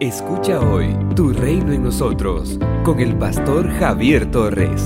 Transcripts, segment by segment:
Escucha hoy Tu Reino en Nosotros con el pastor Javier Torres.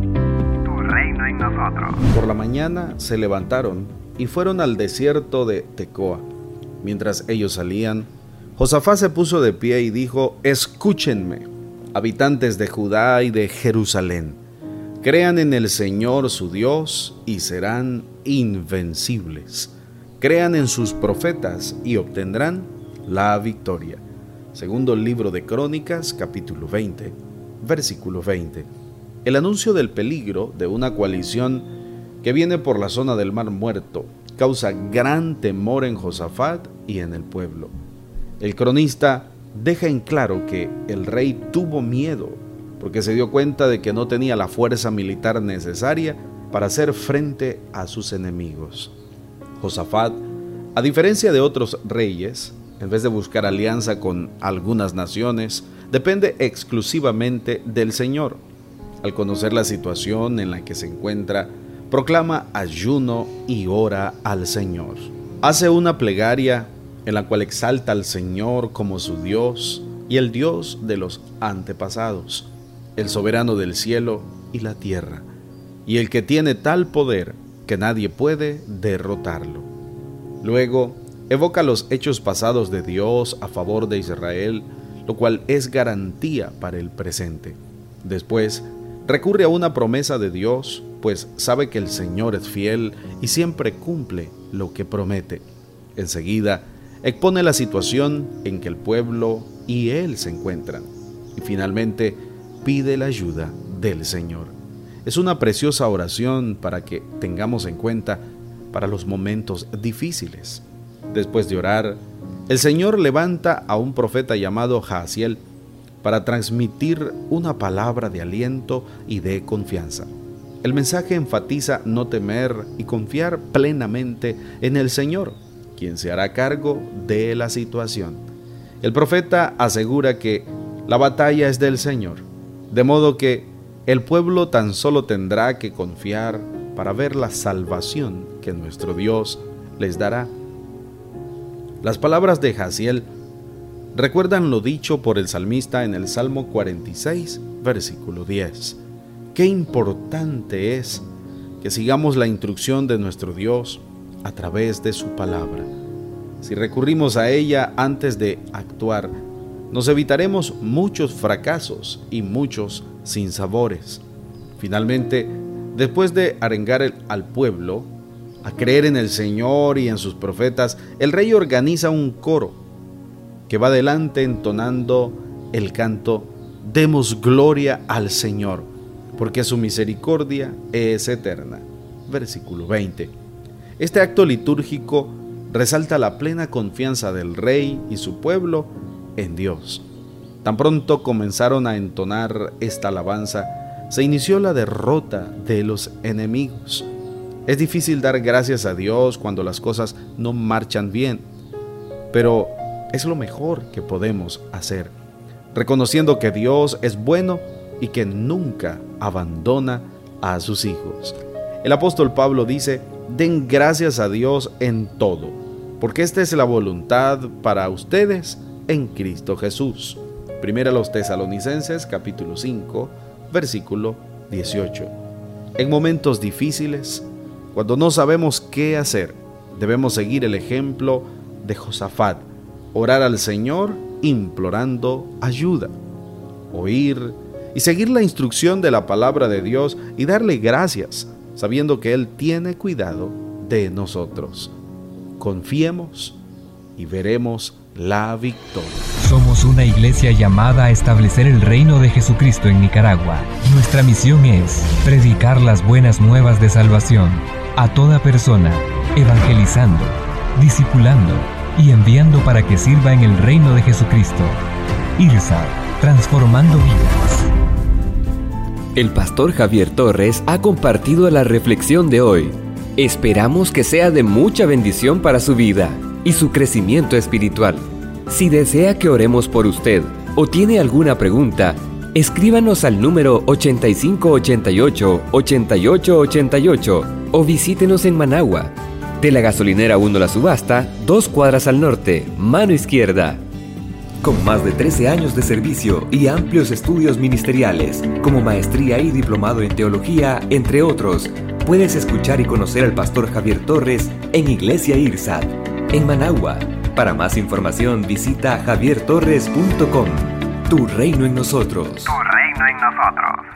Tu reino en nosotros. Por la mañana se levantaron y fueron al desierto de Tecoa. Mientras ellos salían, Josafat se puso de pie y dijo: Escúchenme, habitantes de Judá y de Jerusalén. Crean en el Señor su Dios y serán invencibles. Crean en sus profetas y obtendrán la victoria. Segundo libro de Crónicas, capítulo 20, versículo 20. El anuncio del peligro de una coalición que viene por la zona del Mar Muerto causa gran temor en Josafat y en el pueblo. El cronista deja en claro que el rey tuvo miedo porque se dio cuenta de que no tenía la fuerza militar necesaria para hacer frente a sus enemigos. Josafat, a diferencia de otros reyes, en vez de buscar alianza con algunas naciones, depende exclusivamente del Señor. Al conocer la situación en la que se encuentra, proclama ayuno y ora al Señor. Hace una plegaria en la cual exalta al Señor como su Dios y el Dios de los antepasados, el soberano del cielo y la tierra, y el que tiene tal poder que nadie puede derrotarlo. Luego, evoca los hechos pasados de Dios a favor de Israel, lo cual es garantía para el presente. Después, recurre a una promesa de Dios, pues sabe que el Señor es fiel y siempre cumple lo que promete. Enseguida, expone la situación en que el pueblo y él se encuentran. Y finalmente, pide la ayuda del Señor. Es una preciosa oración para que tengamos en cuenta para los momentos difíciles. Después de orar, el Señor levanta a un profeta llamado Jaasiel para transmitir una palabra de aliento y de confianza. El mensaje enfatiza no temer y confiar plenamente en el Señor, quien se hará cargo de la situación. El profeta asegura que la batalla es del Señor, de modo que el pueblo tan solo tendrá que confiar para ver la salvación que nuestro Dios les dará. Las palabras de Jaasiel recuerdan lo dicho por el salmista en el Salmo 46, versículo 10. Qué importante es que sigamos la instrucción de nuestro Dios a través de su palabra. Si recurrimos a ella antes de actuar, nos evitaremos muchos fracasos y muchos sinsabores. Finalmente, después de arengar al pueblo a creer en el Señor y en sus profetas, el rey organiza un coro que va adelante entonando el canto: Demos gloria al Señor, porque su misericordia es eterna. Versículo 20. Este acto litúrgico resalta la plena confianza del rey y su pueblo en Dios. Tan pronto comenzaron a entonar esta alabanza, se inició la derrota de los enemigos. Es difícil dar gracias a Dios cuando las cosas no marchan bien, pero es lo mejor que podemos hacer, reconociendo que Dios es bueno y que nunca abandona a sus hijos. El apóstol Pablo dice: den gracias a Dios en todo, porque esta es la voluntad para ustedes en Cristo Jesús. Primera a los Tesalonicenses, capítulo 5, versículo 18. En momentos difíciles, cuando no sabemos qué hacer, debemos seguir el ejemplo de Josafat, orar al Señor implorando ayuda, oír y seguir la instrucción de la palabra de Dios y darle gracias, sabiendo que Él tiene cuidado de nosotros. Confiemos y veremos la victoria. Somos una iglesia llamada a establecer el reino de Jesucristo en Nicaragua. Nuestra misión es predicar las buenas nuevas de salvación a toda persona, evangelizando, discipulando y enviando para que sirva en el reino de Jesucristo. IRSA, transformando vidas. El pastor Javier Torres ha compartido la reflexión de hoy. Esperamos que sea de mucha bendición para su vida y su crecimiento espiritual. Si desea que oremos por usted o tiene alguna pregunta, escríbanos al número 8588-8888 o visítenos en Managua, de la gasolinera 1 La Subasta, 2 cuadras al norte, mano izquierda. Con más de 13 años de servicio y amplios estudios ministeriales, como maestría y diplomado en teología, entre otros, puedes escuchar y conocer al pastor Javier Torres en Iglesia IRSAT, en Managua. Para más información visita javiertorres.com. Tu reino en nosotros. Tu reino en nosotros.